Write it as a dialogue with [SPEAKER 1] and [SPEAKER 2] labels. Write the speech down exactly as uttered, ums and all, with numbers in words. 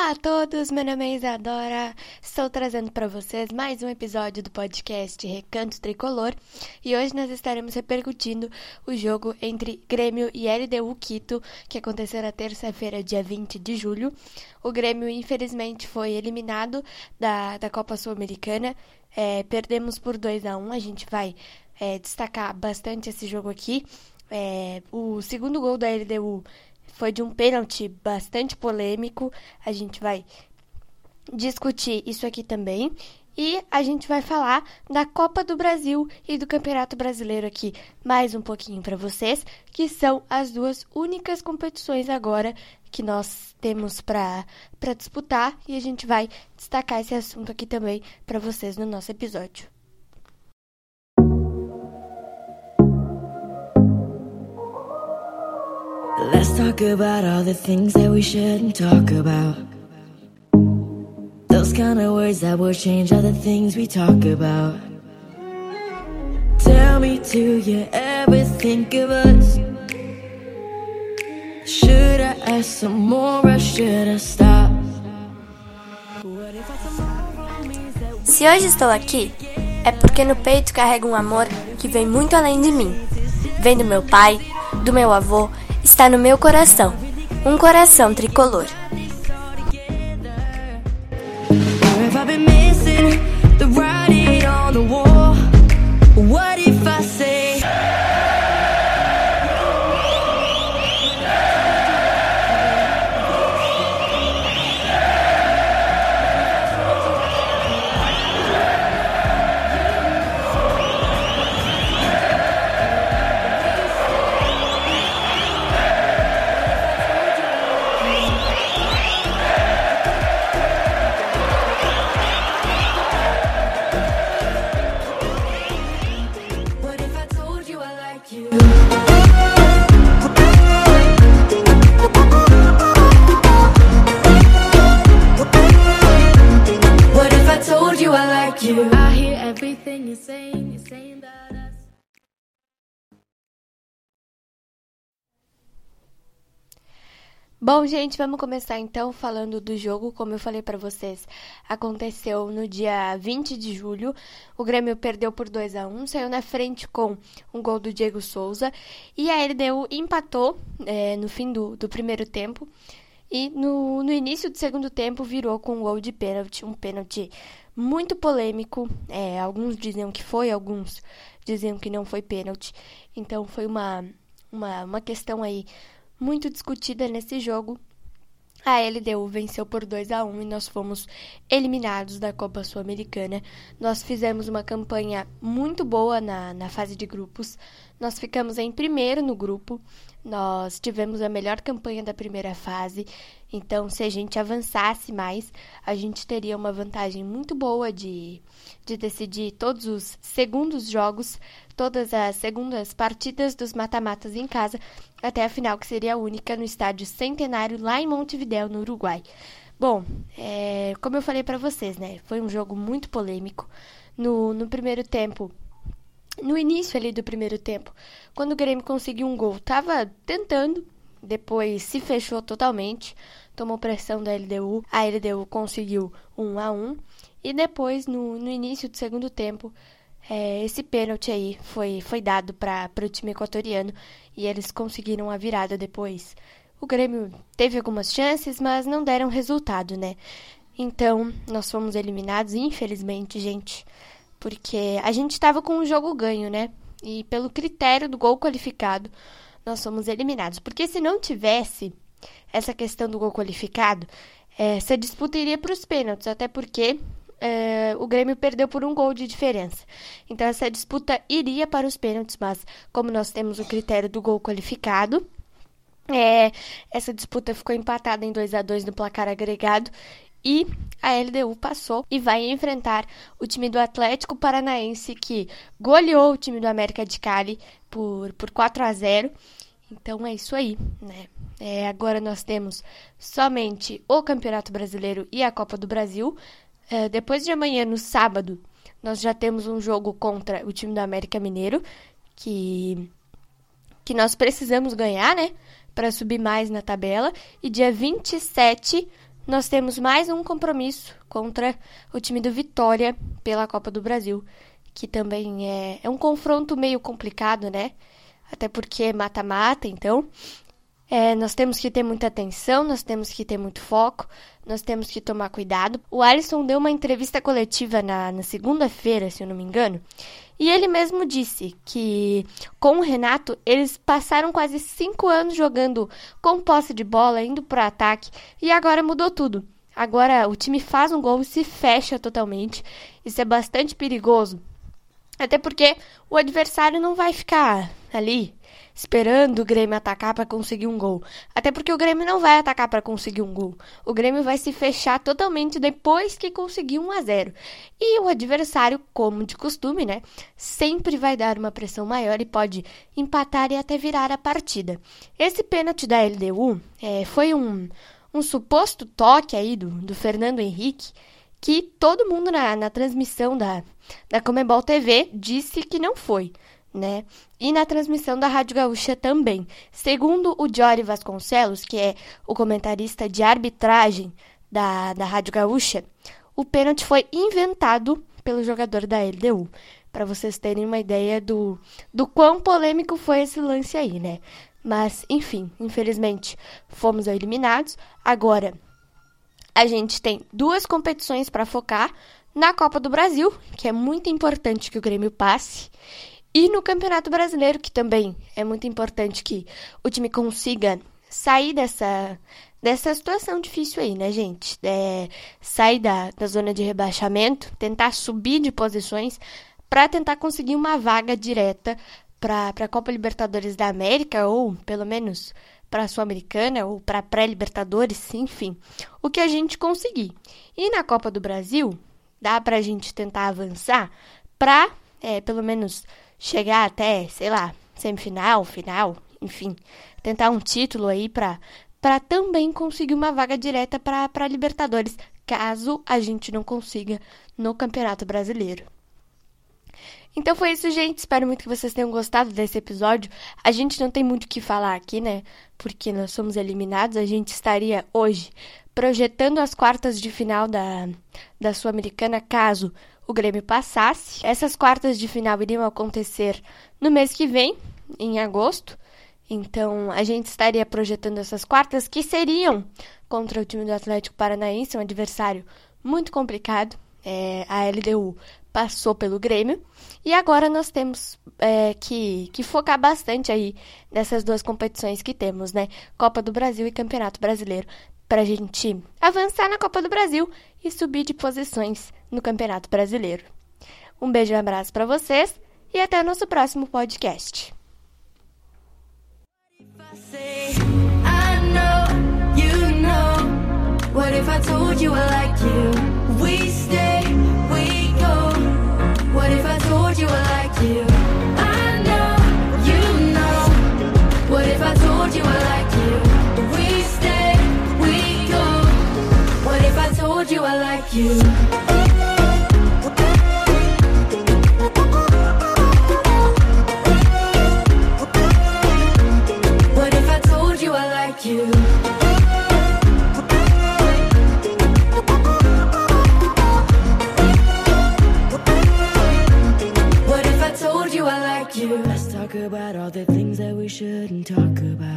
[SPEAKER 1] Olá a todos, meu nome é Isadora, estou trazendo para vocês mais um episódio do podcast Recanto Tricolor e hoje nós estaremos repercutindo o jogo entre Grêmio e L D U Quito, que aconteceu na terça-feira, dia vinte de julho. O Grêmio, infelizmente, foi eliminado da, da Copa Sul-Americana, é, perdemos por dois a um, a gente vai é, destacar bastante esse jogo aqui. É, o segundo gol da L D U foi de um pênalti bastante polêmico, a gente vai discutir isso aqui também. E a gente vai falar da Copa do Brasil e do Campeonato Brasileiro aqui mais um pouquinho para vocês, que são as duas únicas competições agora que nós temos para para disputar. E a gente vai destacar esse assunto aqui também para vocês no nosso episódio.
[SPEAKER 2] Let's talk about all the things that we shouldn't talk about. Those kind of words that will change all the things we talk about. Tell me, do you ever think of us? Should I ask some more or should I stop?
[SPEAKER 1] Se hoje estou aqui, é porque no peito carrego um amor que vem muito além de mim. Vem do meu pai, do meu avô, está no meu coração, um coração tricolor. Bom, gente, vamos começar então falando do jogo. Como eu falei pra vocês, aconteceu no dia vinte de julho. O Grêmio perdeu por dois a um, saiu na frente com um gol do Diego Souza. E a L D U empatou é, no fim do, do primeiro tempo. E no, no início do segundo tempo virou com um gol de pênalti, um pênalti muito polêmico. É, alguns diziam que foi, alguns diziam que não foi pênalti. Então foi uma, uma, uma questão aí muito discutida nesse jogo. A L D U venceu por dois a um e nós fomos eliminados da Copa Sul-Americana. Nós fizemos uma campanha muito boa na, na fase de grupos. Nós ficamos em primeiro no grupo. Nós tivemos a melhor campanha da primeira fase. Então, se a gente avançasse mais, a gente teria uma vantagem muito boa de, de decidir todos os segundos jogos, todas as segundas partidas dos mata-matas em casa, até a final, que seria a única no estádio Centenário, lá em Montevidéu, no Uruguai. Bom, é, como eu falei para vocês, né, foi um jogo muito polêmico. No, no primeiro tempo, no início ali do primeiro tempo, quando o Grêmio conseguiu um gol, estava tentando, depois se fechou totalmente, tomou pressão da L D U, a L D U conseguiu um a um, e depois, no, no início do segundo tempo, é, esse pênalti aí foi, foi dado para o time equatoriano, e eles conseguiram a virada depois. O Grêmio teve algumas chances, mas não deram resultado, né? Então, nós fomos eliminados, infelizmente, gente, porque a gente estava com o jogo ganho, né? E pelo critério do gol qualificado, nós fomos eliminados. Porque se não tivesse essa questão do gol qualificado, essa disputa iria para os pênaltis, até porque é, o Grêmio perdeu por um gol de diferença. Então, essa disputa iria para os pênaltis, mas como nós temos o critério do gol qualificado, é, essa disputa ficou empatada em dois a dois no placar agregado. E a L D U passou e vai enfrentar o time do Atlético Paranaense, que goleou o time do América de Cali por, por quatro a zero. Então é isso aí, né? É, agora nós temos somente o Campeonato Brasileiro e a Copa do Brasil. É, depois de amanhã, no sábado, nós já temos um jogo contra o time do América Mineiro, que, que nós precisamos ganhar, né? Para subir mais na tabela. E dia vinte e sete... nós temos mais um compromisso contra o time do Vitória pela Copa do Brasil, que também é, é um confronto meio complicado, né? Até porque é mata-mata, então é, nós temos que ter muita atenção, nós temos que ter muito foco, nós temos que tomar cuidado. O Alisson deu uma entrevista coletiva na, na segunda-feira, se eu não me engano, e ele mesmo disse que com o Renato eles passaram quase cinco anos jogando com posse de bola, indo para o ataque, e agora mudou tudo. Agora o time faz um gol e se fecha totalmente. Isso é bastante perigoso. Até porque o adversário não vai ficar ali esperando o Grêmio atacar para conseguir um gol. Até porque o Grêmio não vai atacar para conseguir um gol. O Grêmio vai se fechar totalmente depois que conseguir um a zero. E o adversário, como de costume, né, sempre vai dar uma pressão maior e pode empatar e até virar a partida. Esse pênalti da L D U é, foi um, um suposto toque aí do, do Fernando Henrique, que todo mundo na, na transmissão da, da Comebol T V disse que não foi, né? E na transmissão da Rádio Gaúcha também. Segundo o Jory Vasconcelos, que é o comentarista de arbitragem da, da Rádio Gaúcha, o pênalti foi inventado pelo jogador da L D U. Para vocês terem uma ideia do, do quão polêmico foi esse lance aí, né? Mas, enfim, infelizmente, fomos eliminados. Agora, a gente tem duas competições para focar na Copa do Brasil, que é muito importante que o Grêmio passe, e no Campeonato Brasileiro, que também é muito importante que o time consiga sair dessa, dessa situação difícil aí, né, gente? É, sair da, da zona de rebaixamento, tentar subir de posições para tentar conseguir uma vaga direta para a Copa Libertadores da América, ou pelo menos para a Sul-Americana, ou para a pré-Libertadores, enfim, o que a gente conseguir. E na Copa do Brasil, dá para a gente tentar avançar para, é, pelo menos, chegar até, sei lá, semifinal, final, enfim, tentar um título aí para para também conseguir uma vaga direta para a Libertadores, caso a gente não consiga no Campeonato Brasileiro. Então foi isso, gente. Espero muito que vocês tenham gostado desse episódio. A gente não tem muito o que falar aqui, né? Porque nós somos eliminados. A gente estaria hoje projetando as quartas de final da, da Sul-Americana, caso o Grêmio passasse. Essas quartas de final iriam acontecer no mês que vem, em agosto. Então, a gente estaria projetando essas quartas, que seriam contra o time do Atlético Paranaense, um adversário muito complicado. É, a L D U passou pelo Grêmio. E agora nós temos é, que, que focar bastante aí nessas duas competições que temos, né? Copa do Brasil e Campeonato Brasileiro, para a gente avançar na Copa do Brasil e subir de posições no Campeonato Brasileiro. Um beijo e um abraço para vocês e até o nosso próximo podcast. What if I told you I like you? We stay, we go. What if I told you I like you? I know, you know. What if I told you I like you? We stay, we go. What if I told you I like you? What if I told you I like you? Let's talk about all the things that we shouldn't talk about.